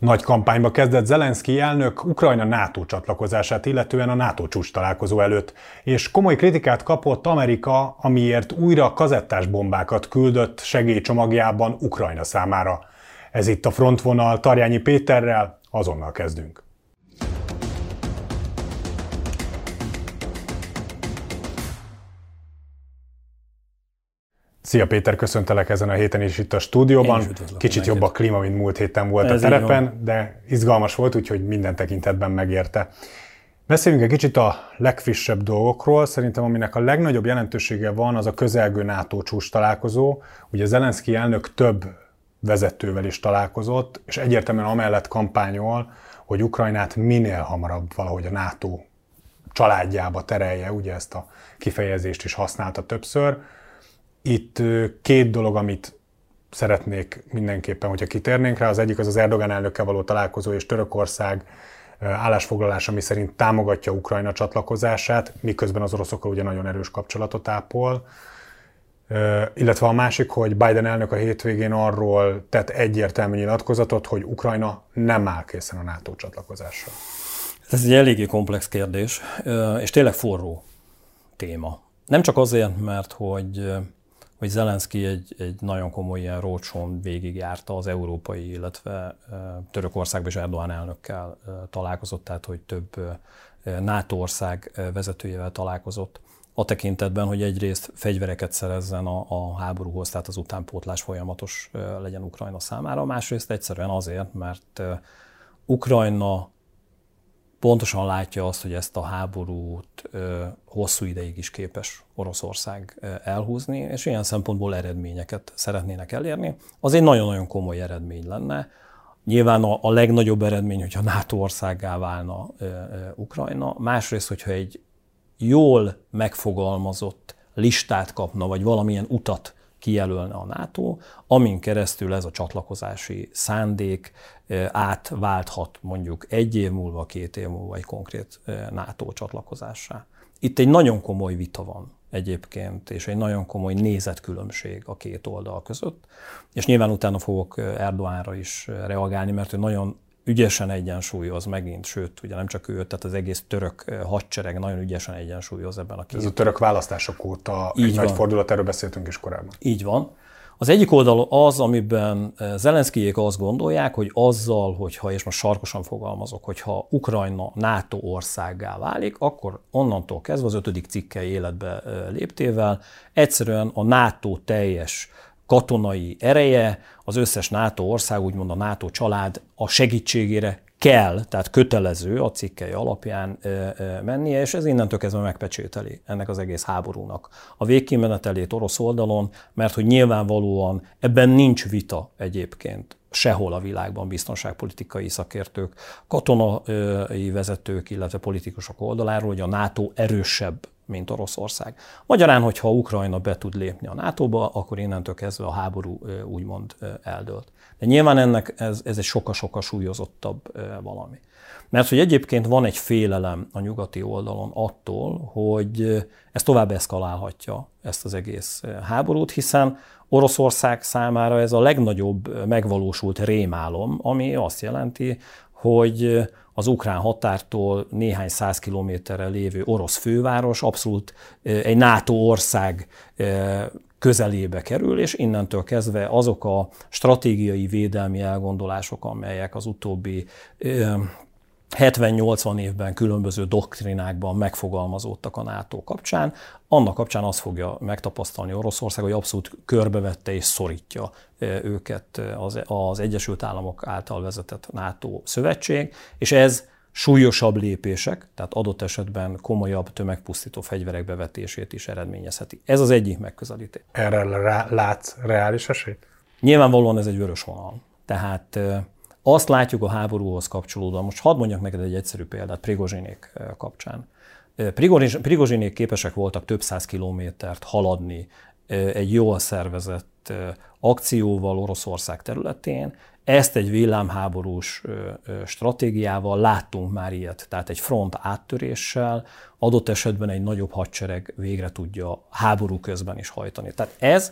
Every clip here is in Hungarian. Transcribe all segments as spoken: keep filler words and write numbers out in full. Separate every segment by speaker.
Speaker 1: Nagy kampányba kezdett Zelenszkij elnök Ukrajna NATO csatlakozását illetően a NATO csúcs találkozó előtt, és komoly kritikát kapott Amerika, amiért újra kazettás bombákat küldött segélycsomagjában Ukrajna számára. Ez itt a Frontvonal Tarjányi Péterrel, azonnal kezdünk. Szia Péter, köszöntelek ezen a héten is itt a stúdióban. Kicsit jobb a klíma, mint múlt héten volt Ez a terepen, de izgalmas volt, úgyhogy minden tekintetben megérte. Beszéljünk egy kicsit a legfrissebb dolgokról. Szerintem aminek a legnagyobb jelentősége van, az a közelgő NATO csúcs találkozó. Ugye Zelenszkij elnök több vezetővel is találkozott, és egyértelműen amellett kampányol, hogy Ukrajnát minél hamarabb valahogy a NATO családjába terelje, ugye ezt a kifejezést is használta többször. Itt két dolog, amit szeretnék mindenképpen, hogyha kitérnénk rá. Az egyik az az Erdogan elnökkel való találkozó és Törökország állásfoglalása, ami szerint támogatja Ukrajna csatlakozását, miközben az oroszokkal ugye nagyon erős kapcsolatot ápol. Illetve a másik, hogy Biden elnök a hétvégén arról tett egyértelmű nyilatkozatot, hogy Ukrajna nem áll készen a NATO csatlakozásra.
Speaker 2: Ez egy eléggé komplex kérdés, és tényleg forró téma. Nem csak azért, mert hogy hogy Zelenszkij egy, egy nagyon komoly ilyen roadshow-n végigjárta az európai, illetve Törökországban és Erdogan elnökkel találkozott, tehát hogy több NATO ország vezetőjével találkozott. A tekintetben, hogy egyrészt fegyvereket szerezzen a, a háborúhoz, tehát az utánpótlás folyamatos legyen Ukrajna számára, másrészt egyszerűen azért, mert Ukrajna pontosan látja azt, hogy ezt a háborút ö, hosszú ideig is képes Oroszország ö, elhúzni, és ilyen szempontból eredményeket szeretnének elérni. Az egy nagyon-nagyon komoly eredmény lenne. Nyilván a, a legnagyobb eredmény, hogyha NATO országgá válna ö, ö, Ukrajna. Másrészt, hogyha egy jól megfogalmazott listát kapna, vagy valamilyen utat kijelölne a NATO, amin keresztül ez a csatlakozási szándék átválthat mondjuk egy év múlva, két év múlva egy konkrét NATO csatlakozássá. Itt egy nagyon komoly vita van egyébként, és egy nagyon komoly nézetkülönbség a két oldal között, és nyilván utána fogok Erdoganra is reagálni, mert ő nagyon ügyesen egyensúlyoz megint, sőt, ugye nem csak ő, tehát az egész török hadsereg nagyon ügyesen egyensúlyoz ebben a két.
Speaker 1: Ez a török választások óta egy nagy fordulat, erről beszéltünk is korábban.
Speaker 2: Így van. Az egyik oldal az, amiben Zelenszkijék azt gondolják, hogy azzal, hogyha, és most sarkosan fogalmazok, hogyha Ukrajna NATO országgá válik, akkor onnantól kezdve az ötödik cikkely életbe léptével egyszerűen a NATO teljes katonai ereje, az összes NATO ország, úgymond a NATO család a segítségére kell, tehát kötelező a cikkei alapján mennie, és ez innentől kezdve megpecsételi ennek az egész háborúnak a végkimenetelét orosz oldalon, mert hogy nyilvánvalóan ebben nincs vita egyébként sehol a világban biztonságpolitikai szakértők, katonai vezetők, illetve politikusok oldaláról, hogy a NATO erősebb, mint Oroszország. Magyarán, hogyha Ukrajna be tud lépni a nátóba, akkor innentől kezdve a háború úgymond eldőlt. De nyilván ennek ez, ez egy sokkal-sokkal súlyozottabb valami. Mert hogy egyébként van egy félelem a nyugati oldalon attól, hogy ez tovább eszkalálhatja ezt az egész háborút, hiszen Oroszország számára ez a legnagyobb megvalósult rémálom, ami azt jelenti, hogy az ukrán határtól néhány száz kilométerre lévő orosz főváros abszolút egy NATO ország közelébe kerül, és innentől kezdve azok a stratégiai védelmi elgondolások, amelyek az utóbbi hetven-nyolcvan évben különböző doktrinákban megfogalmazódtak a NATO kapcsán, annak kapcsán azt fogja megtapasztalni Oroszország, hogy abszolút körbevette és szorítja őket az, az Egyesült Államok által vezetett NATO szövetség, és ez súlyosabb lépések, tehát adott esetben komolyabb tömegpusztító fegyverek bevetését is eredményezheti. Ez az egyik megközelítés.
Speaker 1: Erre rá, látsz reális esélyt?
Speaker 2: Nyilvánvalóan ez egy vörös vonal. Tehát azt látjuk a háborúhoz kapcsolódóan. Most hadd mondjak neked egy egyszerű példát Prigozsinék kapcsán. Prigozsinék képesek voltak több száz kilométert haladni egy jól szervezett akcióval Oroszország területén. Ezt egy villámháborús stratégiával láttunk már ilyet, tehát egy front áttöréssel, adott esetben egy nagyobb hadsereg végre tudja háború közben is hajtani. Tehát ez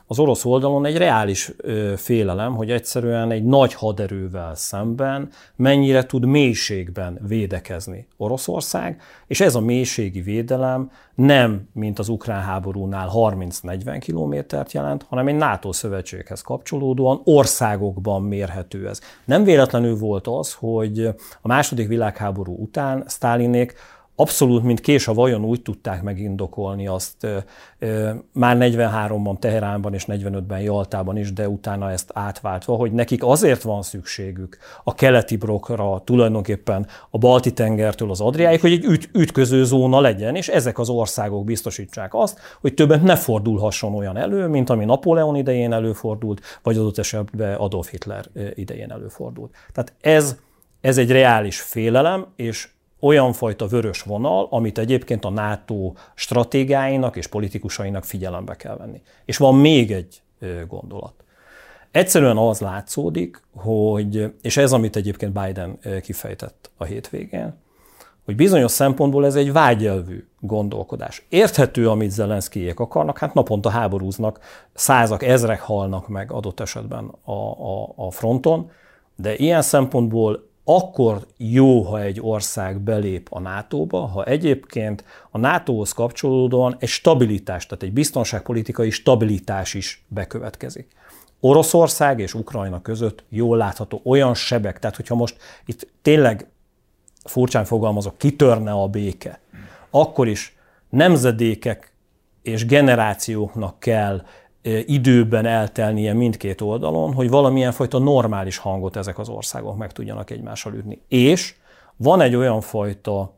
Speaker 2: az orosz oldalon egy reális ö, félelem, hogy egyszerűen egy nagy haderővel szemben mennyire tud mélységben védekezni Oroszország, és ez a mélységi védelem nem, mint az ukrán háborúnál harminc-negyven kilométert jelent, hanem egy NATO szövetséghez kapcsolódóan országokban mérhető ez. Nem véletlenül volt az, hogy a második világháború után Sztálinék abszolút, mint kés a vajon úgy tudták megindokolni azt ö, ö, már negyvenháromban Teheránban és negyvenötben Jaltában is, de utána ezt átváltva, hogy nekik azért van szükségük a keleti blokkra, tulajdonképpen a Balti-tengertől az Adriáig, hogy egy üt, ütköző zóna legyen, és ezek az országok biztosítsák azt, hogy többet ne fordulhasson olyan elő, mint ami Napóleon idején előfordult, vagy adott esetben Adolf Hitler idején előfordult. Tehát ez, ez egy reális félelem, és olyan fajta vörös vonal, amit egyébként a NATO stratégáinak és politikusainak figyelembe kell venni. És van még egy gondolat. Egyszerűen az látszódik, hogy, és ez, amit egyébként Biden kifejtett a hétvégén, hogy bizonyos szempontból ez egy vágyelvű gondolkodás. Érthető, amit Zelenszkijék akarnak, hát naponta háborúznak, százak, ezrek halnak meg adott esetben a, a, a fronton, de ilyen szempontból akkor jó, ha egy ország belép a nátóba, ha egyébként a nátóhoz kapcsolódóan egy stabilitás, tehát egy biztonságpolitikai stabilitás is bekövetkezik. Oroszország és Ukrajna között jól látható olyan sebek, tehát hogyha most itt tényleg furcsán fogalmazok, kitörne a béke, akkor is nemzedékek és generációknak kell időben eltelnie mindkét oldalon, hogy valamilyen fajta normális hangot ezek az országok meg tudjanak egymással ütni. És van egy olyan fajta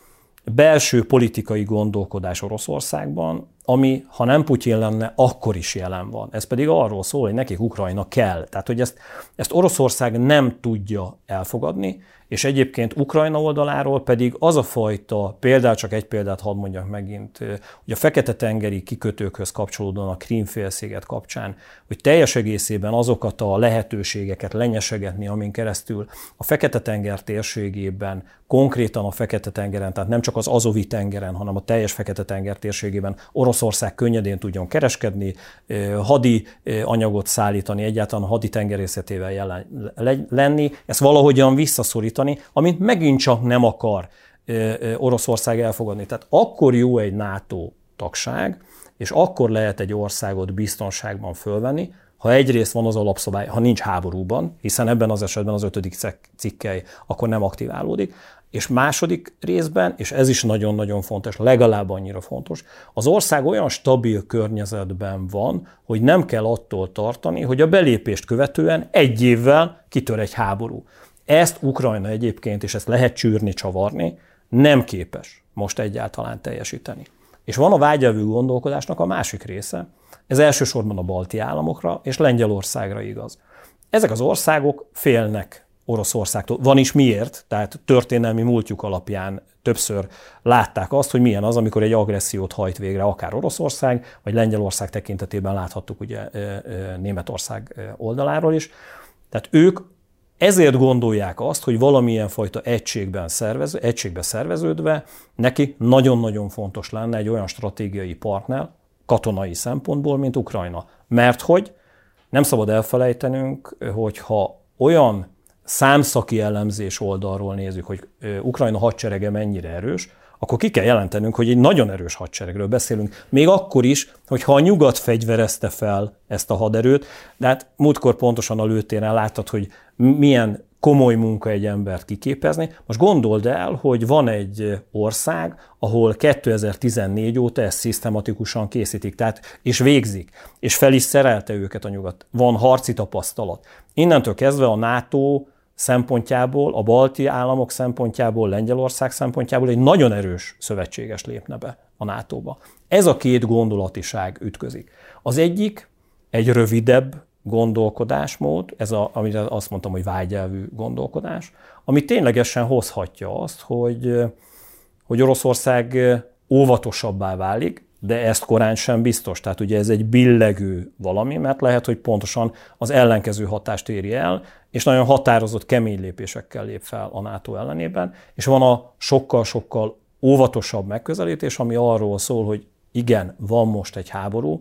Speaker 2: belső politikai gondolkodás Oroszországban, ami, ha nem Putyin lenne, akkor is jelen van. Ez pedig arról szól, hogy nekik Ukrajna kell. Tehát, hogy ezt, ezt Oroszország nem tudja elfogadni, és egyébként Ukrajna oldaláról pedig az a fajta, például csak egy példát hadd mondjak megint, hogy a Fekete-tengeri kikötőkhöz kapcsolódóan a Krím-félsziget kapcsán, hogy teljes egészében azokat a lehetőségeket lenyesegetni, amin keresztül a Fekete-tenger térségében, konkrétan a Fekete-tengeren, tehát nem csak az Azovi-tengeren, hanem a teljes Fekete-tenger térségében Oroszország könnyedén tudjon kereskedni, hadi anyagot szállítani, egyáltalán a hadi tengerészetével jelen lenni, ezt valahogyan visszaszorítani, amint megint csak nem akar Oroszország elfogadni. Tehát akkor jó egy NATO tagság, és akkor lehet egy országot biztonságban fölvenni, ha egyrészt van az alapszabály, ha nincs háborúban, hiszen ebben az esetben az ötödik cikkely akkor nem aktiválódik, és második részben, és ez is nagyon-nagyon fontos, legalább annyira fontos, az ország olyan stabil környezetben van, hogy nem kell attól tartani, hogy a belépést követően egy évvel kitör egy háború. Ezt Ukrajna egyébként, és ezt lehet csűrni, csavarni, nem képes most egyáltalán teljesíteni. És van a vágyelvű gondolkodásnak a másik része, ez elsősorban a balti államokra és Lengyelországra igaz. Ezek az országok félnek Oroszországtól. Van is miért, tehát történelmi múltjuk alapján többször látták azt, hogy milyen az, amikor egy agressziót hajt végre akár Oroszország, vagy Lengyelország tekintetében láthattuk ugye Németország oldaláról is. Tehát ők ezért gondolják azt, hogy valamilyen fajta egységben szervező, egységbe szerveződve neki nagyon-nagyon fontos lenne egy olyan stratégiai partner, katonai szempontból, mint Ukrajna. Mert hogy nem szabad elfelejtenünk, hogyha olyan számszaki elemzés oldalról nézzük, hogy Ukrajna hadserege mennyire erős, akkor ki kell jelentenünk, hogy egy nagyon erős hadseregről beszélünk, még akkor is, hogyha a nyugat fegyverezte fel ezt a haderőt, de hát múltkor pontosan a lőtéren láttad, hogy milyen komoly munka egy embert kiképezni. Most gondold el, hogy van egy ország, ahol kétezer-tizennégy óta ezt szisztematikusan készítik, tehát, és végzik, és fel is szerelte őket a nyugat. Van harci tapasztalat. Innentől kezdve a NATO szempontjából, a balti államok szempontjából, Lengyelország szempontjából egy nagyon erős szövetséges lépne be a nátóba. Ez a két gondolatiság ütközik. Az egyik egy rövidebb gondolkodásmód, ez a, amire azt mondtam, hogy vágyelvű gondolkodás, ami ténylegesen hozhatja azt, hogy, hogy Oroszország óvatosabbá válik, de ezt korán sem biztos. Tehát ugye ez egy billegő valami, mert lehet, hogy pontosan az ellenkező hatást éri el, és nagyon határozott, kemény lépésekkel lép fel a NATO ellenében, és van a sokkal-sokkal óvatosabb megközelítés, ami arról szól, hogy igen, van most egy háború,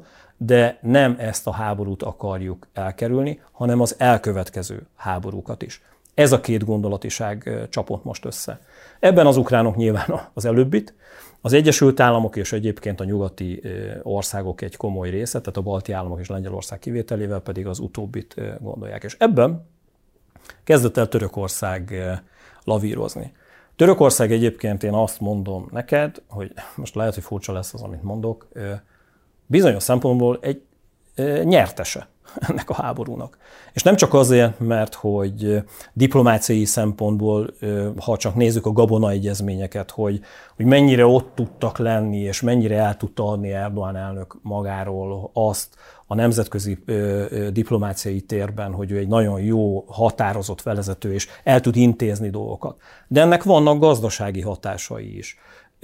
Speaker 2: de nem ezt a háborút akarjuk elkerülni, hanem az elkövetkező háborúkat is. Ez a két gondolatiság csapott most össze. Ebben az ukránok nyilván az előbbit, az Egyesült Államok és egyébként a nyugati országok egy komoly része, tehát a balti államok és Lengyelország kivételével pedig az utóbbit gondolják. És ebben kezdett el Törökország lavírozni. Törökország egyébként, én azt mondom neked, hogy most lehet, hogy furcsa lesz az, amit mondok, bizonyos szempontból egy nyertese ennek a háborúnak. És nem csak azért, mert hogy diplomáciai szempontból, ha csak nézzük a Gabona egyezményeket, hogy, hogy mennyire ott tudtak lenni, és mennyire el tudta adni Erdoğan elnök magáról azt a nemzetközi diplomáciai térben, hogy ő egy nagyon jó, határozott vezető, és el tud intézni dolgokat. De ennek vannak gazdasági hatásai is.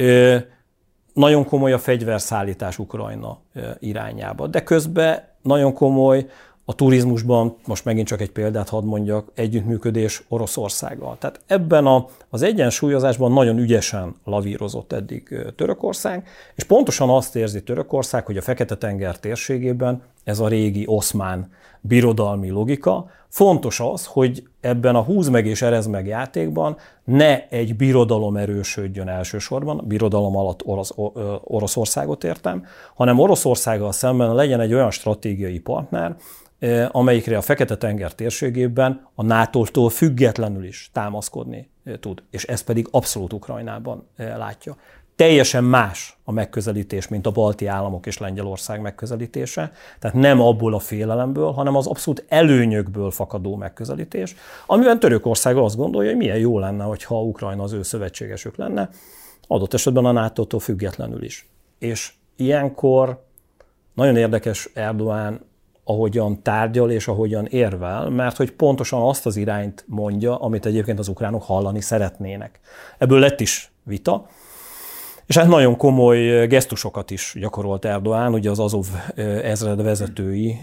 Speaker 2: Nagyon komoly a fegyverszállítás Ukrajna irányába, de közben nagyon komoly a turizmusban, most megint csak egy példát hadd mondjak, együttműködés Oroszországgal. Tehát ebben a, az egyensúlyozásban nagyon ügyesen lavírozott eddig Törökország, és pontosan azt érzi Törökország, hogy a Fekete-tenger térségében ez a régi oszmán birodalmi logika. Fontos az, hogy ebben a húz meg és erez meg játékban ne egy birodalom erősödjön elsősorban, birodalom alatt Orosz, Oroszországot értem, hanem Oroszországgal szemben legyen egy olyan stratégiai partner, amelyikre a Fekete-tenger térségében a nátótól függetlenül is támaszkodni tud, és ezt pedig abszolút Ukrajnában látja. Teljesen más a megközelítés, mint a balti államok és Lengyelország megközelítése, tehát nem abból a félelemből, hanem az abszolút előnyökből fakadó megközelítés, amiben Törökország azt gondolja, hogy milyen jó lenne, hogyha Ukrajna az ő szövetségesük lenne, adott esetben a nátótól függetlenül is. És ilyenkor nagyon érdekes Erdoğan, ahogyan tárgyal és ahogyan érvel, mert hogy pontosan azt az irányt mondja, amit egyébként az ukránok hallani szeretnének. Ebből lett is vita, és hát nagyon komoly gesztusokat is gyakorolt Erdoğan, ugye az Azov ezred vezetői.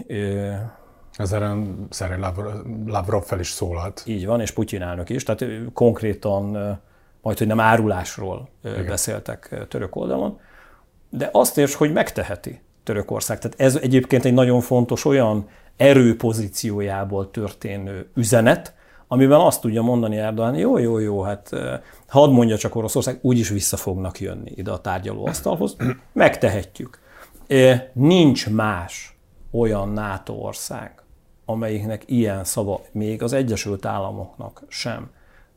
Speaker 1: Ezeren Szerej Lavrov fel is szólalt.
Speaker 2: Így van, és Putyin elnök is, tehát konkrétan majd, hogy nem árulásról Igen. beszéltek török oldalon, de azt érts, hogy megteheti Törökország. Tehát ez egyébként egy nagyon fontos olyan erőpozíciójából történő üzenet, amiben azt tudja mondani Erdoğan, jó, jó, jó, hát hadd mondja csak Oroszország, úgyis vissza fognak jönni ide a tárgyalóasztalhoz, megtehetjük. Nincs más olyan NATO ország, amelyiknek ilyen szava, még az Egyesült Államoknak sem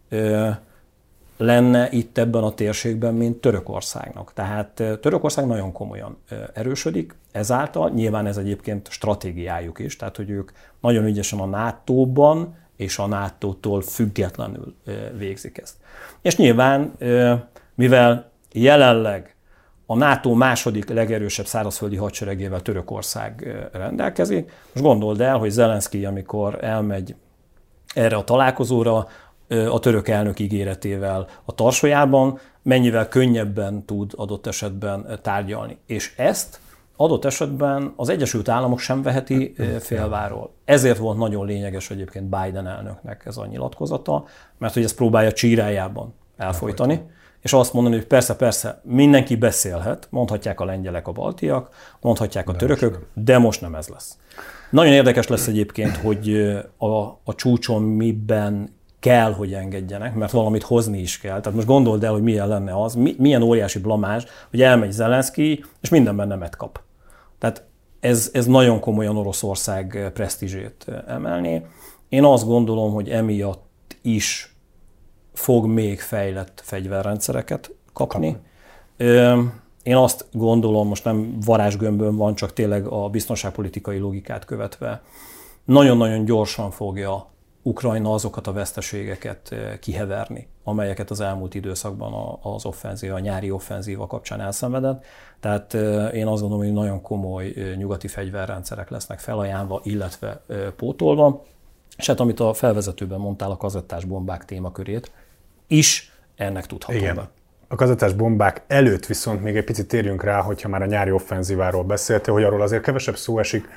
Speaker 2: lenne itt ebben a térségben, mint Törökországnak. Tehát Törökország nagyon komolyan erősödik, ezáltal nyilván ez egyébként stratégiájuk is, tehát hogy ők nagyon ügyesen a nátóban és a nátótól függetlenül végzik ezt. És nyilván, mivel jelenleg a NATO második legerősebb szárazföldi hadseregével Törökország rendelkezik, most gondold el, hogy Zelenszkij, amikor elmegy erre a találkozóra, a török elnök ígéretével a Tarsolyában, mennyivel könnyebben tud adott esetben tárgyalni. És ezt adott esetben az Egyesült Államok sem veheti félváról. Ezért volt nagyon lényeges egyébként Biden elnöknek ez a nyilatkozata, mert hogy ezt próbálja csírájában elfolytani, elfolytani. És azt mondani, hogy persze, persze, mindenki beszélhet, mondhatják a lengyelek, a baltiak, mondhatják a de törökök, most de most nem ez lesz. Nagyon érdekes lesz egyébként, hogy a, a csúcson miben kell, hogy engedjenek, mert valamit hozni is kell. Tehát most gondold el, hogy milyen lenne az, milyen óriási blamás, hogy elmegy Zelenszkij, és mindenben nemet kap. Tehát ez, ez nagyon komolyan Oroszország presztízsét emelni. Én azt gondolom, hogy emiatt is fog még fejlett fegyverrendszereket kapni. Én azt gondolom, most nem varázsgömbön van, csak tényleg a biztonságpolitikai logikát követve, nagyon-nagyon gyorsan fogja Ukrajna azokat a veszteségeket kiheverni, amelyeket az elmúlt időszakban az offenzíva, a nyári offenzíva kapcsán elszenvedett. Tehát én azt gondolom, hogy nagyon komoly nyugati fegyverrendszerek lesznek felajánlva, illetve pótolva. És hát amit a felvezetőben mondtál, a kazettás bombák témakörét is ennek tudható
Speaker 1: Igen.
Speaker 2: be.
Speaker 1: A kazettás bombák előtt viszont még egy picit térjünk rá, hogyha már a nyári offenzíváról beszéltél, hogy arról azért kevesebb szó esik,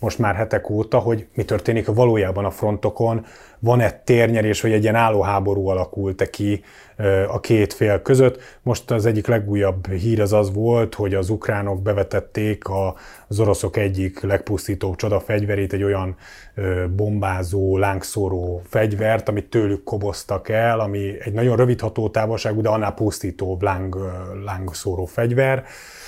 Speaker 1: most már hetek óta, hogy mi történik valójában a frontokon, van-e térnyerés, vagy egy ilyen állóháború alakult-e ki a két fél között. Most az egyik legújabb hír az az volt, hogy az ukránok bevetették az oroszok egyik legpusztítóbb csodafegyverét, egy olyan bombázó, lángszóró fegyvert, amit tőlük koboztak el, ami egy nagyon rövid hatótávolságú, de annál pusztítóbb láng, lángszóró fegyver.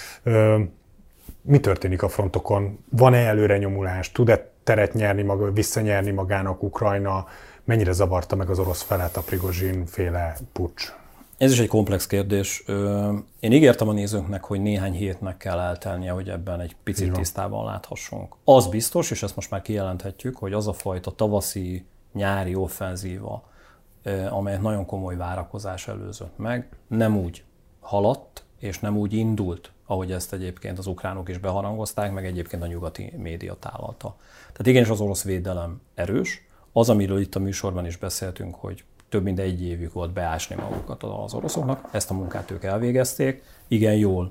Speaker 1: Mi történik a frontokon? Van-e előrenyomulás? Tud-e teret nyerni, maga, visszanyerni magának Ukrajna? Mennyire zavarta meg az orosz felet a Prigozsin féle puccs?
Speaker 2: Ez is egy komplex kérdés. Én ígértem a nézőknek, hogy néhány hétnek kell eltelnie, hogy ebben egy picit tisztában láthassunk. Az biztos, és ezt most már kijelenthetjük, hogy az a fajta tavaszi, nyári offenzíva, amelyet nagyon komoly várakozás előzött meg, nem úgy haladt, és nem úgy indult, ahogy ezt egyébként az ukránok is beharangozták, meg egyébként a nyugati média tálalta. Tehát igenis az orosz védelem erős. Az, amiről itt a műsorban is beszéltünk, hogy több mint egy évük volt beásni magukat az oroszoknak, ezt a munkát ők elvégezték, igen jól.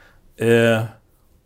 Speaker 2: E,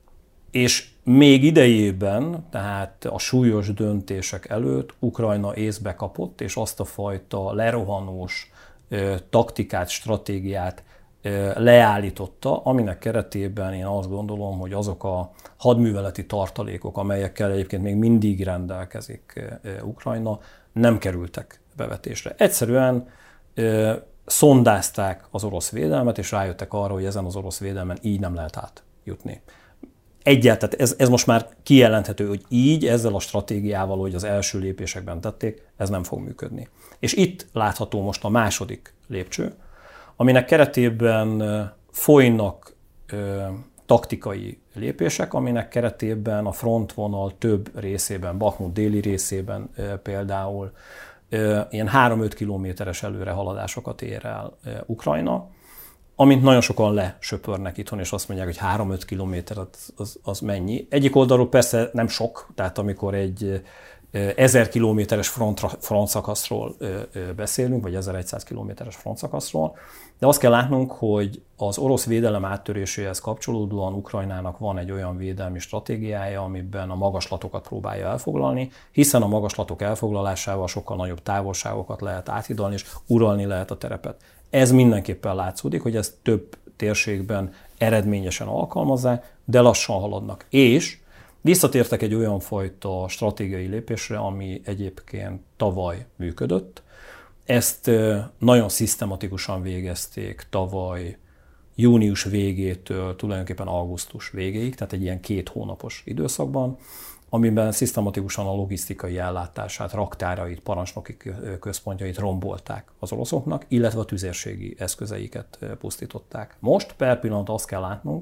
Speaker 2: és még idejében, tehát a súlyos döntések előtt Ukrajna észbe kapott, és azt a fajta lerohanós e, taktikát, stratégiát e, leállította, aminek keretében én azt gondolom, hogy azok a hadműveleti tartalékok, amelyekkel egyébként még mindig rendelkezik e, Ukrajna, nem kerültek bevetésre. Egyszerűen ö, szondázták az orosz védelmet, és rájöttek arra, hogy ezen az orosz védelmen így nem lehet átjutni. Egyáltalán ez, ez most már kijelenthető, hogy így, ezzel a stratégiával, hogy az első lépésekben tették, ez nem fog működni. És itt látható most a második lépcső, aminek keretében folynak ö, taktikai lépések, aminek keretében a frontvonal több részében, Bakhmut déli részében ö, például ilyen három-öt kilométeres előrehaladásokat ér el Ukrajna, amint nagyon sokan lesöpörnek itthon, és azt mondják, hogy három-öt kilométer az, az, az mennyi. Egyik oldalról persze nem sok, tehát amikor egy ezer kilométeres frontra, frontszakaszról beszélünk, vagy ezerszáz kilométeres frontszakaszról, de azt kell látnunk, hogy az orosz védelem áttöréséhez kapcsolódóan Ukrajnának van egy olyan védelmi stratégiája, amiben a magaslatokat próbálja elfoglalni, hiszen a magaslatok elfoglalásával sokkal nagyobb távolságokat lehet áthidalni, és uralni lehet a terepet. Ez mindenképpen látszódik, hogy ezt több térségben eredményesen alkalmazzák, de lassan haladnak. És visszatértek egy olyan fajta stratégiai lépésre, ami egyébként tavaly működött. Ezt nagyon szisztematikusan végezték tavaly június végétől tulajdonképpen augusztus végéig, tehát egy ilyen két hónapos időszakban, amiben szisztematikusan a logisztikai ellátását, raktárait, parancsnoki központjait rombolták az oroszoknak, illetve a tüzérségi eszközeiket pusztították. Most per pillanat azt kell látnunk,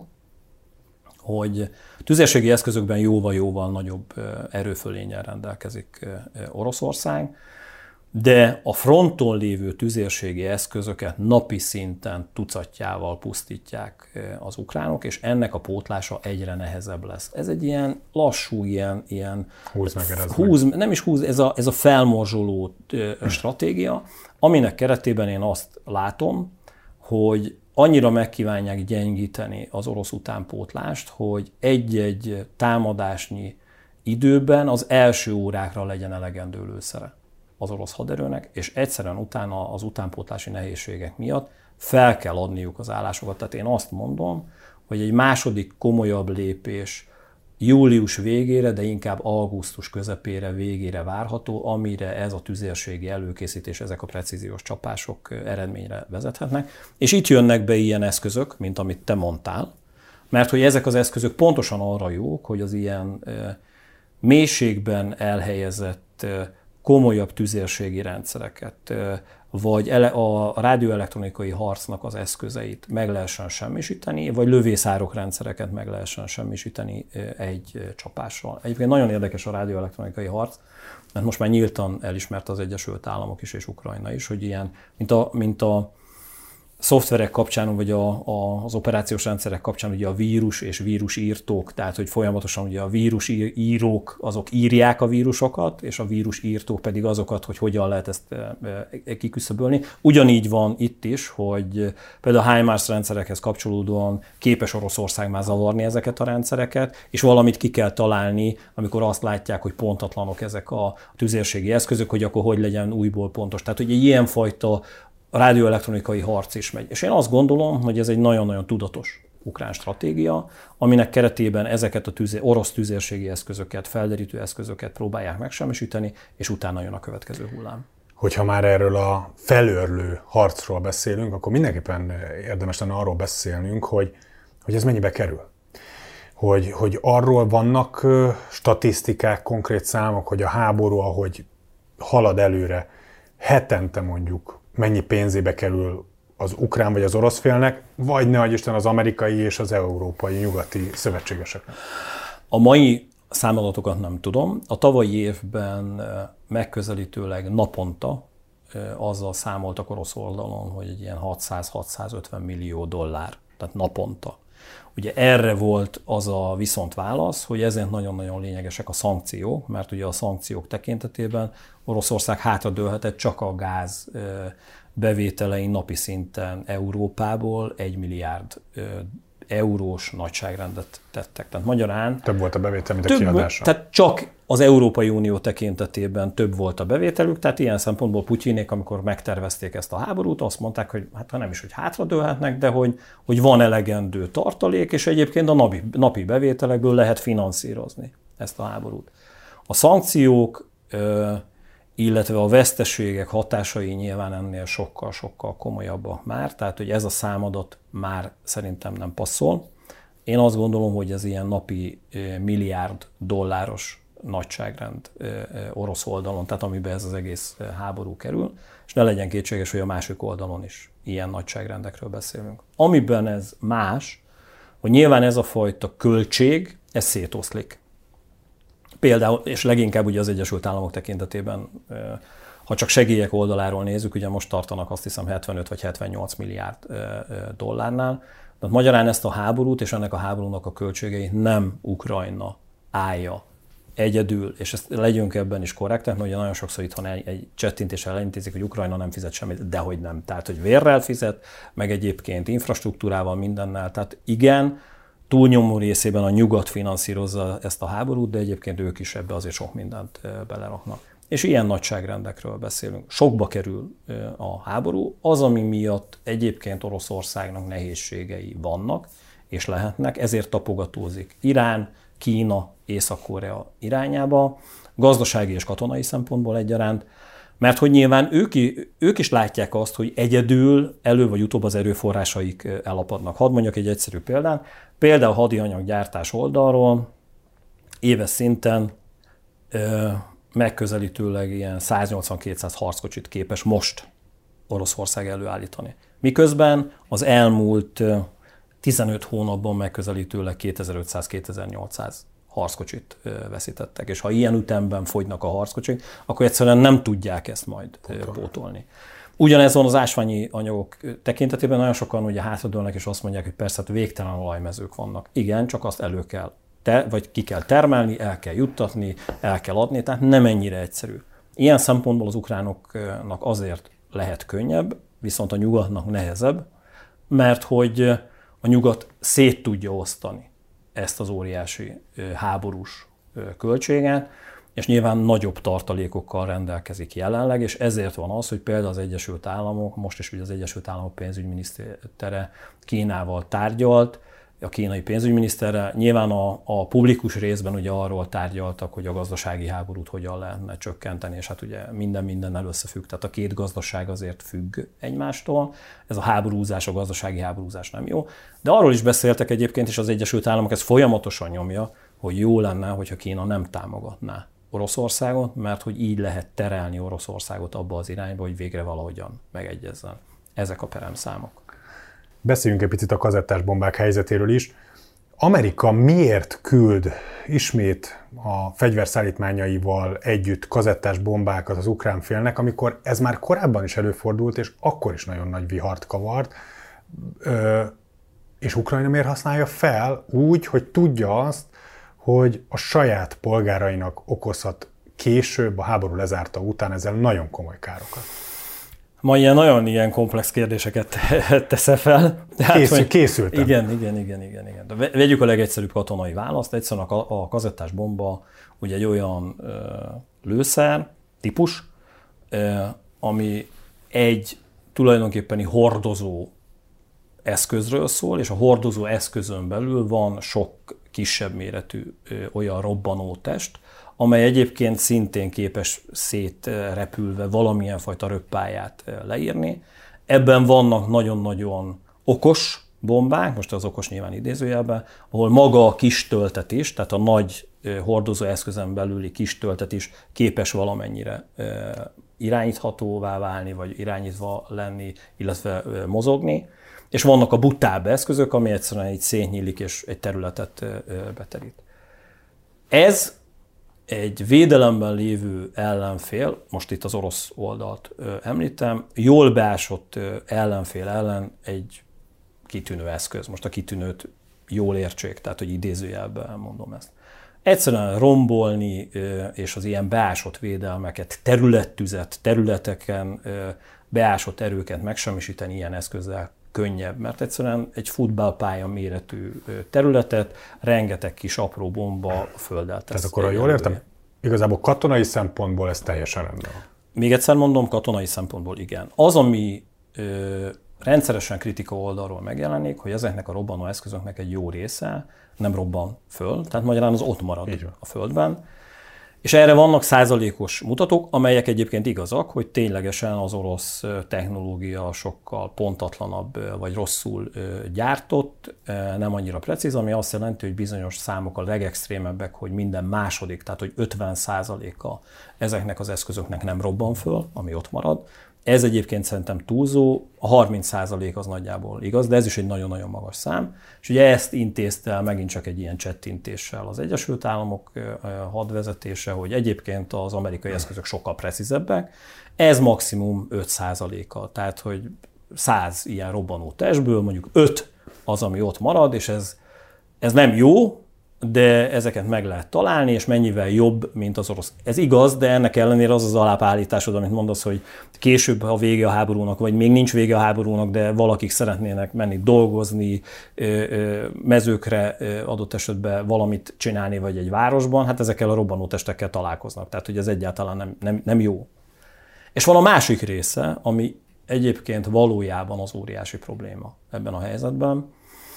Speaker 2: hogy tüzérségi eszközökben jóval-jóval nagyobb erőfölénnyel rendelkezik Oroszország, de a fronton lévő tüzérségi eszközöket napi szinten tucatjával pusztítják az ukránok, és ennek a pótlása egyre nehezebb lesz. Ez egy ilyen lassú, ilyen, ilyen
Speaker 1: húz meg,
Speaker 2: húz, nem is húz, ez a, ez a felmorzsoló stratégia, aminek keretében én azt látom, hogy annyira megkívánják gyengíteni az orosz utánpótlást, hogy egy-egy támadásnyi időben az első órákra legyen elegendő lőszere az orosz haderőnek, és egyszerűen utána az utánpótlási nehézségek miatt fel kell adniuk az állásokat. Tehát én azt mondom, hogy egy második komolyabb lépés július végére, de inkább augusztus közepére, végére várható, amire ez a tüzérségi előkészítés, ezek a precíziós csapások eredményre vezethetnek. És itt jönnek be ilyen eszközök, mint amit te mondtál, mert hogy ezek az eszközök pontosan arra jók, hogy az ilyen mélységben elhelyezett komolyabb tüzérségi rendszereket, vagy a rádióelektronikai harcnak az eszközeit meg lehessen semmisíteni, vagy lövészárok rendszereket meg lehessen semmisíteni egy csapással. Egyébként nagyon érdekes a rádióelektronikai harc, mert most már nyíltan elismerte az Egyesült Államok is és Ukrajna is, hogy ilyen, mint a, mint a szoftverek kapcsán, vagy a, a, az operációs rendszerek kapcsán ugye a vírus és vírusírtók, tehát hogy folyamatosan ugye a vírusírók azok írják a vírusokat, és a vírusírtók pedig azokat, hogy hogyan lehet ezt e, e, kiküszöbölni. Ugyanígy van itt is, hogy például a HIMARS rendszerekhez kapcsolódóan képes Oroszország már zavarni ezeket a rendszereket, és valamit ki kell találni, amikor azt látják, hogy pontatlanok ezek a tüzérségi eszközök, hogy akkor hogy legyen újból pontos. Tehát, hogy egy ilyenfajta a rádióelektronikai harc is megy. És én azt gondolom, hogy ez egy nagyon-nagyon tudatos ukrán stratégia, aminek keretében ezeket a tüzé, orosz tüzérségi eszközöket, felderítő eszközöket próbálják megsemmisíteni, és utána jön a következő hullám.
Speaker 1: Hogyha már erről a felőrlő harcról beszélünk, akkor mindenképpen érdemes lenne arról beszélnünk, hogy, hogy ez mennyibe kerül. Hogy, hogy arról vannak statisztikák, konkrét számok, hogy a háború, ahogy halad előre, hetente mondjuk mennyi pénzébe kerül az ukrán vagy az orosz félnek, vagy ne adj Isten az amerikai és az európai nyugati szövetségeseknek?
Speaker 2: A mai számadatokat nem tudom. A tavalyi évben megközelítőleg naponta azzal számoltak orosz oldalon, hogy egy ilyen hatszáz-hatszázötven millió dollár, tehát naponta. Ugye erre volt az a viszont válasz, hogy ezért nagyon-nagyon lényegesek a szankciók, mert ugye a szankciók tekintetében Oroszország hátradőlhetett csak a gáz bevételein napi szinten Európából egy milliárd eurós nagyságrendet tettek. Tehát magyarán...
Speaker 1: Több volt a bevétel, mint a kiadása.
Speaker 2: Tehát csak az Európai Unió tekintetében több volt a bevételük, tehát ilyen szempontból Putyinék, amikor megtervezték ezt a háborút, azt mondták, hogy hát nem is, hogy hátradőlhetnek, de hogy, hogy van elegendő tartalék, és egyébként a napi, napi bevételekből lehet finanszírozni ezt a háborút. A szankciók, illetve a veszteségek hatásai nyilván ennél sokkal-sokkal komolyabbak már, tehát hogy ez a számadat már szerintem nem passzol. Én azt gondolom, hogy ez ilyen napi milliárd dolláros nagyságrend orosz oldalon, tehát amiben ez az egész háború kerül, és ne legyen kétséges, hogy a másik oldalon is ilyen nagyságrendekről beszélünk. Amiben ez más, hogy nyilván ez a fajta költség, ez szétoszlik. Például, és leginkább ugye az Egyesült Államok tekintetében, ha csak segélyek oldaláról nézzük, ugye most tartanak azt hiszem hetvenöt vagy hetvennyolc milliárd dollárnál. Tehát magyarán ezt a háborút és ennek a háborúnak a költségeit nem Ukrajna állja egyedül, és ezt legyünk ebben is korrektek, mert ugye nagyon sokszor itthon egy, egy csettintéssel elintézik, hogy Ukrajna nem fizet semmit, dehogy nem. Tehát, hogy vérrel fizet, meg egyébként infrastruktúrával, mindennel. Tehát igen, túlnyomó részében a nyugat finanszírozza ezt a háborút, de egyébként ők is ebbe azért sok mindent beleraknak. És ilyen nagyságrendekről beszélünk. Sokba kerül a háború, az, ami miatt egyébként Oroszországnak nehézségei vannak, és lehetnek, ezért tapogatózik Irán, Kína, Észak-Korea irányába, gazdasági és katonai szempontból egyaránt, mert hogy nyilván ők, ők is látják azt, hogy egyedül elő vagy utóbb az erőforrásaik elapadnak. Hadd mondjak egy egyszerű példát. Például hadianyaggyártás oldalról éves szinten ö, megközelítőleg ilyen száznyolcvan-kétszáz harckocsit képes most Oroszország előállítani. Miközben az elmúlt tizenöt hónapban megközelítőleg kétezer-ötszáz-kétezer-nyolcszáz harckocsit veszítettek. És ha ilyen ütemben fogynak a harckocsik, akkor egyszerűen nem tudják ezt majd pótolni. Ugyanez van az ásványi anyagok tekintetében, nagyon sokan ugye hátradőlnek és azt mondják, hogy persze hát végtelen olajmezők vannak. Igen, csak azt elő kell, te, vagy ki kell termelni, el kell juttatni, el kell adni, tehát nem ennyire egyszerű. Ilyen szempontból az ukránoknak azért lehet könnyebb, viszont a nyugatnak nehezebb, mert hogy a nyugat szét tudja osztani ezt az óriási háborús költséget, és nyilván nagyobb tartalékokkal rendelkezik jelenleg, és ezért van az, hogy például az Egyesült Államok, most is ugye az Egyesült Államok pénzügyminisztere Kínával tárgyalt, a kínai pénzügyminiszterrel, nyilván a, a publikus részben ugye arról tárgyaltak, hogy a gazdasági háborút hogyan lehetne csökkenteni, és hát ugye minden mindennel összefügg, tehát a két gazdaság azért függ egymástól, ez a háborúzás, a gazdasági háborúzás nem jó, de arról is beszéltek egyébként, és az Egyesült Államok ezt folyamatosan nyomja, hogy jó lenne, hogyha Kína nem támogatná Oroszországot, mert hogy így lehet terelni Oroszországot abba az irányba, hogy végre valahogyan megegyezzen. Ezek a peremszámok.
Speaker 1: Beszéljünk egy picit a kazettás bombák helyzetéről is. Amerika miért küld ismét a fegyverszállítmányaival együtt kazettás bombákat az ukrán félnek, amikor ez már korábban is előfordult, és akkor is nagyon nagy vihart kavart, és Ukrajna miért használja fel úgy, hogy tudja azt, hogy a saját polgárainak okozhat később, a háború lezárta után ezzel nagyon komoly károkat.
Speaker 2: Ma ilyen nagyon ilyen komplex kérdéseket teszel fel.
Speaker 1: Tehát, Készül, hogy, készültem.
Speaker 2: Igen, igen, igen, igen, igen. De vegyük a legegyszerűbb katonai választ. Egyszerűen a, a kazettás bomba ugye egy olyan ö, lőszer, típus, ö, ami egy tulajdonképpeni hordozó eszközről szól, és a hordozó eszközön belül van sok kisebb méretű ö, olyan robbanó test, amely egyébként szintén képes szétrepülve valamilyen fajta röppályát leírni. Ebben vannak nagyon-nagyon okos bombák, most az okos nyilván idézőjelben, ahol maga a kis töltetés, tehát a nagy hordozó eszközön belüli kis töltetés képes valamennyire irányíthatóvá válni, vagy irányítva lenni, illetve mozogni. És vannak a butább eszközök, ami egyszerűen egy szétnyílik és egy területet beterít. Ez egy védelemben lévő ellenfél, most itt az orosz oldalt ö, említem, jól beásott ö, ellenfél ellen egy kitűnő eszköz. Most a kitűnőt jól értsék, tehát hogy idézőjelben mondom ezt. Egyszerűen rombolni ö, és az ilyen beásott védelmeket, területtüzet, területeken ö, beásott erőket megsemmisíteni ilyen eszközzel könnyebb, mert egyszerűen egy futballpálya méretű területet, rengeteg kis apró bomba a földdel tesz.
Speaker 1: Tehát akkor, ha jól értem, igazából katonai szempontból ez teljesen rendben.
Speaker 2: Még egyszer mondom, katonai szempontból igen. Az, ami ö, rendszeresen kritika oldalról megjelenik, hogy ezeknek a robbanó eszközöknek egy jó része nem robban föl, tehát magyarán az ott marad a földben. És erre vannak százalékos mutatók, amelyek egyébként igazak, hogy ténylegesen az orosz technológia sokkal pontatlanabb, vagy rosszul gyártott, nem annyira precíz, ami azt jelenti, hogy bizonyos számok a legextrémebbek, hogy minden második, tehát hogy ötven százaléka ezeknek az eszközöknek nem robban föl, ami ott marad. Ez egyébként szerintem túlzó, a harminc százalék az nagyjából igaz, de ez is egy nagyon-nagyon magas szám. És ugye ezt intézte el megint csak egy ilyen csettintéssel az Egyesült Államok hadvezetése, hogy egyébként az amerikai eszközök sokkal precízebbek. Ez maximum öt százaléka, tehát hogy száz ilyen robbanó testből mondjuk öt az, ami ott marad, és ez, ez nem jó, de ezeket meg lehet találni, és mennyivel jobb, mint az orosz. Ez igaz, de ennek ellenére az az alapállításod, amit mondasz, hogy később a vége a háborúnak, vagy még nincs vége a háborúnak, de valakik szeretnének menni dolgozni, mezőkre adott esetben valamit csinálni, vagy egy városban, hát ezekkel a robbanótestekkel találkoznak. Tehát, hogy ez egyáltalán nem, nem, nem jó. És van a másik része, ami egyébként valójában az óriási probléma ebben a helyzetben,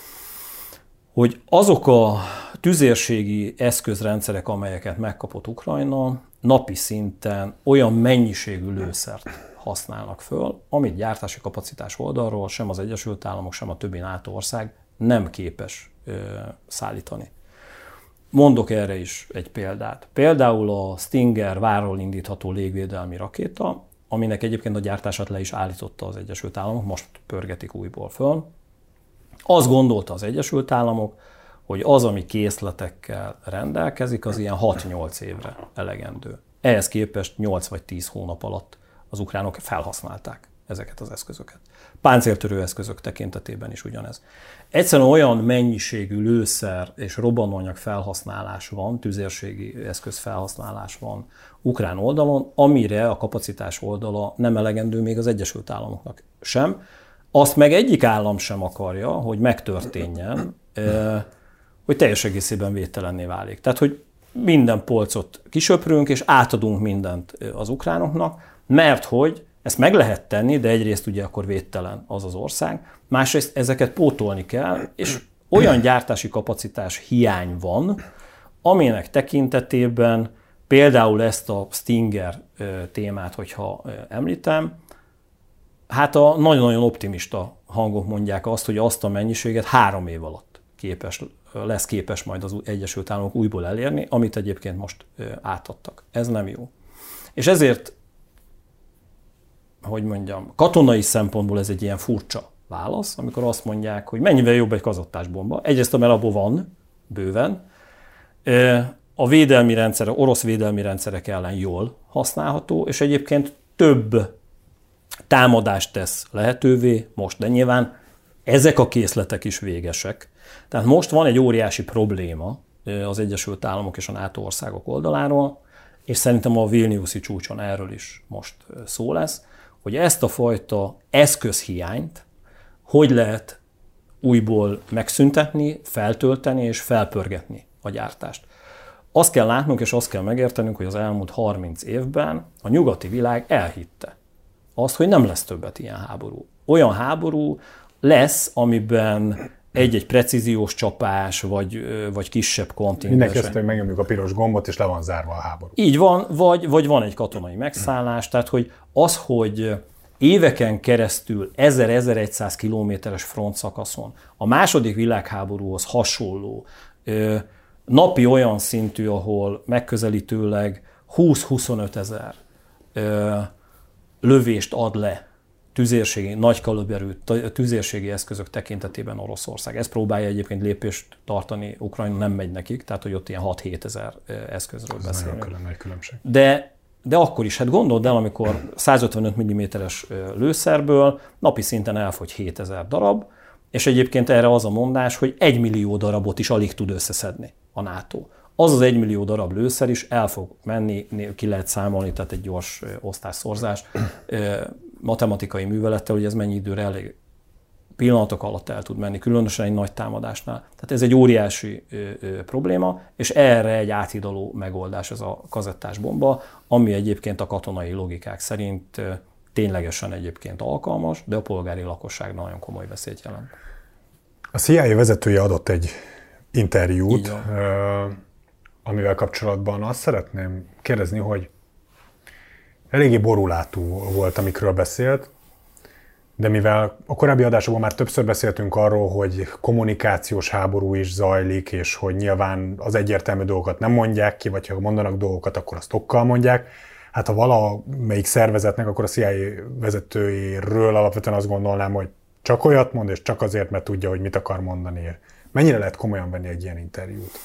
Speaker 2: hogy azok a tüzérségi eszközrendszerek, amelyeket megkapott Ukrajna, napi szinten olyan mennyiségű lőszert használnak föl, amit gyártási kapacitás oldalról sem az Egyesült Államok, sem a többi NATO ország nem képes ö, szállítani. Mondok erre is egy példát. Például a Stinger várról indítható légvédelmi rakéta, aminek egyébként a gyártását le is állította az Egyesült Államok, most pörgetik újból föl. Azt gondolta az Egyesült Államok, hogy az, ami készletekkel rendelkezik, az ilyen hat-nyolc évre elegendő. Ehhez képest nyolc vagy tíz hónap alatt az ukránok felhasználták ezeket az eszközöket. Páncéltörő eszközök tekintetében is ugyanez. Egyszerűen olyan mennyiségű lőszer és robbanóanyag felhasználás van, tüzérségi eszköz felhasználás van ukrán oldalon, amire a kapacitás oldala nem elegendő még az Egyesült Államoknak sem. Azt meg egyik állam sem akarja, hogy megtörténjen, hogy teljes egészében védtelenné válik. Tehát, hogy minden polcot kisöprünk, és átadunk mindent az ukránoknak, mert hogy ezt meg lehet tenni, de egyrészt ugye akkor védtelen az az ország, másrészt ezeket pótolni kell, és olyan gyártási kapacitás hiány van, aminek tekintetében például ezt a Stinger témát, hogyha említem, hát a nagyon-nagyon optimista hangok mondják azt, hogy azt a mennyiséget három év alatt képes, lesz képes majd az Egyesült Államok újból elérni, amit egyébként most átadtak. Ez nem jó. És ezért, hogy mondjam, katonai szempontból ez egy ilyen furcsa válasz, amikor azt mondják, hogy mennyivel jobb egy kazottásbomba. Egyrészt, mert abból van, bőven. A védelmi rendszerek, orosz védelmi rendszerek ellen jól használható, és egyébként több támadást tesz lehetővé most, de nyilván ezek a készletek is végesek. Tehát most van egy óriási probléma az Egyesült Államok és a NATO országok oldaláról, és szerintem a Vilniuszi csúcson erről is most szó lesz, hogy ezt a fajta eszközhiányt hogy lehet újból megszüntetni, feltölteni és felpörgetni a gyártást. Azt kell látnunk és azt kell megértenünk, hogy az elmúlt harminc évben a nyugati világ elhitte azt, hogy nem lesz többet ilyen háború. Olyan háború lesz, amiben egy-egy precíziós csapás, vagy, vagy kisebb kontingens.
Speaker 1: Mindenki azt, hogy megnyomjuk a piros gombot, és le van zárva a háború.
Speaker 2: Így van, vagy, vagy van egy katonai megszállás, tehát hogy az, hogy éveken keresztül ezer-ezerszáz kilométeres frontszakaszon a második világháborúhoz hasonló, napi olyan szintű, ahol megközelítőleg húsz-huszonöt ezer lövést ad le tüzérségi, nagy kaliberű tüzérségi eszközök tekintetében Oroszország. Ez próbálja egyébként lépést tartani, Ukrajna nem megy nekik, tehát hogy ott ilyen hat-hét ezer eszközről beszélünk.
Speaker 1: Ez nagyon különbség.
Speaker 2: De, de akkor is, hát gondold el, amikor százötvenöt milliméteres lőszerből napi szinten elfogy hétezer darab, és egyébként erre az a mondás, hogy egy millió darabot is alig tud összeszedni a NATO. Az az egymillió darab lőszer is el fog menni, ki lehet számolni, tehát egy gyors osztásszorzás matematikai művelettel, hogy ez mennyi időre elég pillanatok alatt el tud menni, különösen egy nagy támadásnál. Tehát ez egy óriási ö, ö, probléma, és erre egy áthidaló megoldás ez a kazettás bomba, ami egyébként a katonai logikák szerint ö, ténylegesen egyébként alkalmas, de a polgári lakosság nagyon komoly veszélyt jelent.
Speaker 1: A C I A vezetője adott egy interjút, amivel kapcsolatban azt szeretném kérdezni, hogy eléggé borulátú volt, amikről beszélt, de mivel a korábbi adásokban már többször beszéltünk arról, hogy kommunikációs háború is zajlik, és hogy nyilván az egyértelmű dolgokat nem mondják ki, vagy ha mondanak dolgokat, akkor azt okkal mondják. Hát ha valamelyik szervezetnek, akkor a C I A vezetőjéről alapvetően azt gondolnám, hogy csak olyat mond, és csak azért, mert tudja, hogy mit akar mondani. Mennyire lehet komolyan venni egy ilyen interjút?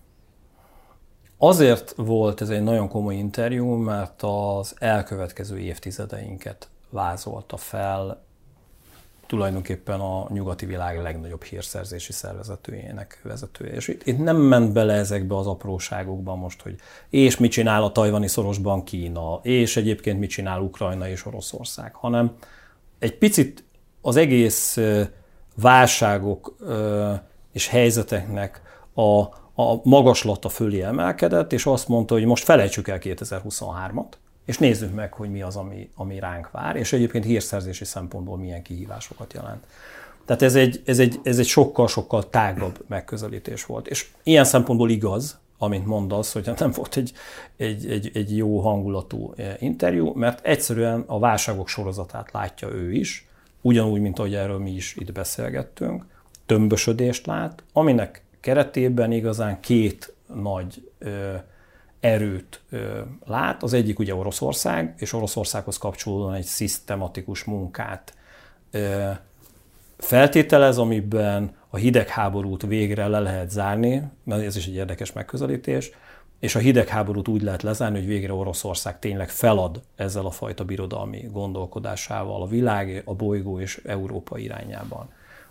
Speaker 2: Azért volt ez egy nagyon komoly interjú, mert az elkövetkező évtizedeinket vázolta fel tulajdonképpen a nyugati világ legnagyobb hírszerzési szervezetőjének vezetője. És itt, itt nem ment bele ezekbe az apróságokba most, hogy és mit csinál a tajvani szorosban Kína, és egyébként mit csinál Ukrajna és Oroszország, hanem egy picit az egész válságok és helyzeteknek a, a magaslata fölé emelkedett, és azt mondta, hogy most felejtsük el kétezer-huszonhármat, és nézzük meg, hogy mi az, ami, ami ránk vár, és egyébként hírszerzési szempontból milyen kihívásokat jelent. Tehát ez egy, ez egy, ez egy sokkal-sokkal tágabb megközelítés volt. És ilyen szempontból igaz, amint mondasz, hogy nem volt egy, egy, egy, egy jó hangulatú interjú, mert egyszerűen a válságok sorozatát látja ő is, ugyanúgy, mint ahogy erről mi is itt beszélgettünk, tömbösödést lát, aminek keretében igazán két nagy ö, erőt ö, lát. Az egyik ugye Oroszország, és Oroszországhoz kapcsolódóan egy szisztematikus munkát ö, feltételez, amiben a hidegháborút végre le lehet zárni, mert ez is egy érdekes megközelítés, és a hidegháborút úgy lehet lezárni, hogy végre Oroszország tényleg felad ezzel a fajta birodalmi gondolkodásával a világ, a bolygó és Európa irányában,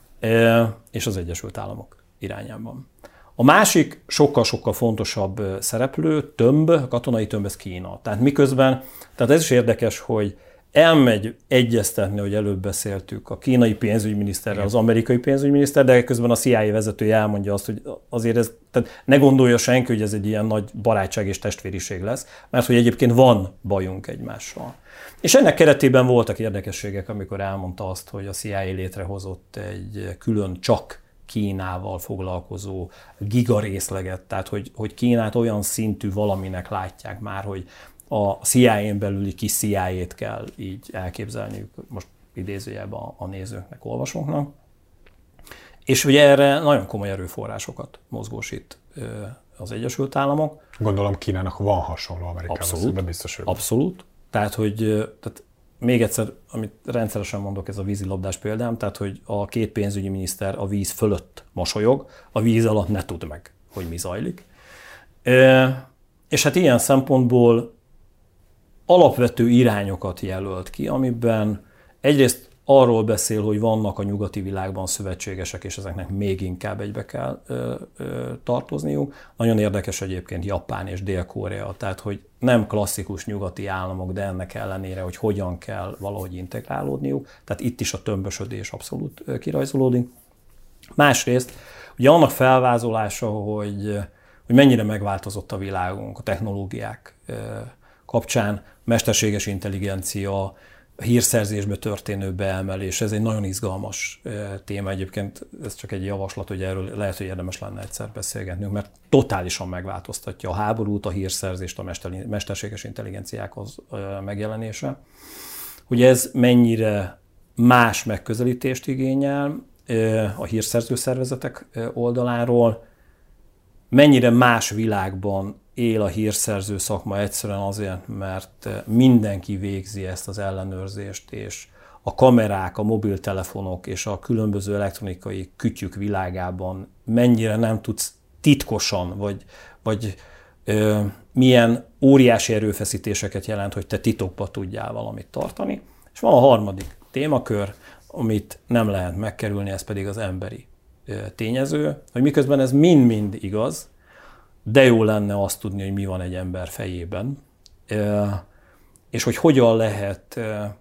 Speaker 2: és az Egyesült Államok irányában. A másik sokkal-sokkal fontosabb szereplő, tömb, katonai tömb, ez Kína. Tehát miközben, tehát ez is érdekes, hogy elmegy egyeztetni, hogy előbb beszéltük, a kínai pénzügyminiszterrel, az amerikai pénzügyminiszter, de közben a C I A vezetője elmondja azt, hogy azért ez, tehát ne gondolja senki, hogy ez egy ilyen nagy barátság és testvériség lesz, mert hogy egyébként van bajunk egymással. És ennek keretében voltak érdekességek, amikor elmondta azt, hogy a C I A létrehozott egy külön csak Kínával foglalkozó gigarészleget, tehát hogy, hogy Kínát olyan szintű valaminek látják már, hogy a C I A-n belüli kis C I A-t kell így elképzelniük, most idézőjelben a, a nézőknek, olvasóknak. És ugye erre nagyon komoly erőforrásokat mozgósít az Egyesült Államok.
Speaker 1: Gondolom Kínának van hasonló Amerikával
Speaker 2: abszolút,
Speaker 1: szemben biztos, hogy
Speaker 2: abszolút. Tehát, hogy tehát még egyszer, amit rendszeresen mondok, ez a vízilabdás példám, tehát, hogy a két pénzügyi miniszter a víz fölött mosolyog, a víz alatt ne tud meg, hogy mi zajlik. E, és hát ilyen szempontból alapvető irányokat jelölt ki, amiben egyrészt arról beszél, hogy vannak a nyugati világban szövetségesek, és ezeknek még inkább egybe kell ö, ö, tartozniuk. Nagyon érdekes egyébként Japán és Dél-Korea, tehát hogy nem klasszikus nyugati államok, de ennek ellenére, hogy hogyan kell valahogy integrálódniuk. Tehát itt is a tömbösödés abszolút kirajzolódik. Másrészt ugye annak felvázolása, hogy, hogy mennyire megváltozott a világunk a technológiák kapcsán, mesterséges intelligencia, a hírszerzésbe történő beemelés, ez egy nagyon izgalmas téma egyébként, ez csak egy javaslat, hogy erről lehet, hogy érdemes lenne egyszer beszélgetnünk, mert totálisan megváltoztatja a háborút, a hírszerzést, a mesterséges intelligenciákhoz megjelenése. Hogy ez mennyire más megközelítést igényel a hírszerző szervezetek oldaláról, mennyire más világban él a hírszerző szakma egyszerűen azért, mert mindenki végzi ezt az ellenőrzést, és a kamerák, a mobiltelefonok és a különböző elektronikai kütyük világában mennyire nem tudsz titkosan, vagy, vagy ö, milyen óriási erőfeszítéseket jelent, hogy te titokba tudjál valamit tartani. És van a harmadik témakör, amit nem lehet megkerülni, ez pedig az emberi ö, tényező, hogy miközben ez mind-mind igaz, de jó lenne azt tudni, hogy mi van egy ember fejében, és hogy hogyan lehet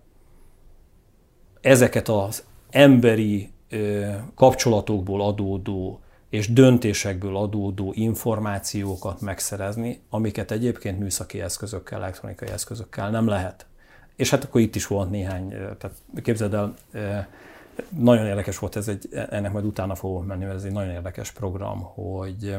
Speaker 2: ezeket az emberi kapcsolatokból adódó és döntésekből adódó információkat megszerezni, amiket egyébként műszaki eszközökkel, elektronikai eszközökkel nem lehet. És hát akkor itt is volt néhány, tehát képzeld el, nagyon érdekes volt ez, egy, ennek majd utána fogok menni, mert ez egy nagyon érdekes program, hogy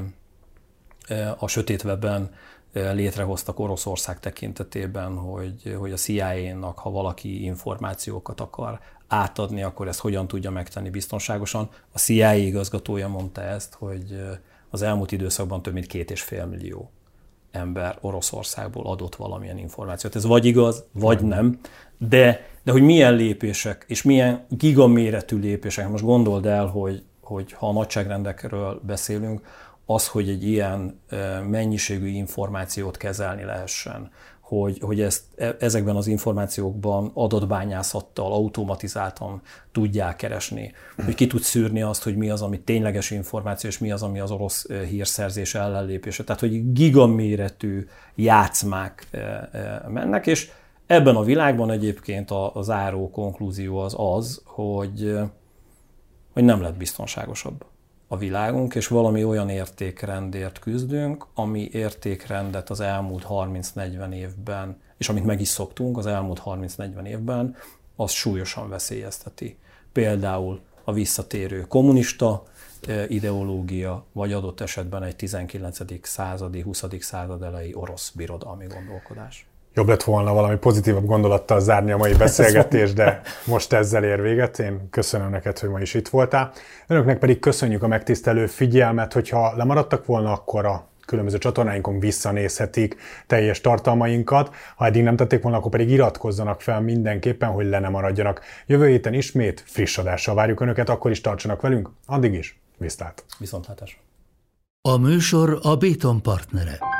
Speaker 2: a sötét webben létrehoztak Oroszország tekintetében, hogy, hogy a C I A-nak, ha valaki információkat akar átadni, akkor ezt hogyan tudja megtenni biztonságosan. A C I A igazgatója mondta ezt, hogy az elmúlt időszakban több mint két és fél millió ember Oroszországból adott valamilyen információt. Ez vagy igaz, vagy nem, de, de hogy milyen lépések, és milyen gigaméretű lépések, most gondold el, hogy, hogy ha a nagyságrendekről beszélünk, az, hogy egy ilyen mennyiségű információt kezelni lehessen, hogy, hogy ezt, ezekben az információkban adatbányászattal, automatizáltan tudják keresni, hogy ki tud szűrni azt, hogy mi az, ami tényleges információ, és mi az, ami az orosz hírszerzés ellenlépése. Tehát, hogy gigaméretű játszmák mennek, és ebben a világban egyébként a, a záró konklúzió az az, hogy, hogy nem lett biztonságosabb a világunk, és valami olyan értékrendért küzdünk, ami értékrendet az elmúlt harminc-negyven évben, és amit meg is szoktunk az elmúlt harminc-negyven évben, az súlyosan veszélyezteti. Például a visszatérő kommunista ideológia, vagy adott esetben egy tizenkilencedik századi, huszadik század elejé orosz birodalmi gondolkodás.
Speaker 1: Jobb lett volna valami pozitívabb gondolattal zárni a mai beszélgetést, de most ezzel ér véget. Én köszönöm neked, hogy ma is itt voltál. Önöknek pedig köszönjük a megtisztelő figyelmet, hogyha lemaradtak volna, akkor a különböző csatornáinkon visszanézhetik teljes tartalmainkat. Ha eddig nem tették volna, akkor pedig iratkozzanak fel mindenképpen, hogy le ne maradjanak. Jövő héten ismét friss adással várjuk Önöket, akkor is tartsanak velünk. Addig is, viszlát!
Speaker 2: Viszontlátásra!
Speaker 3: A műsor a Béton partnere.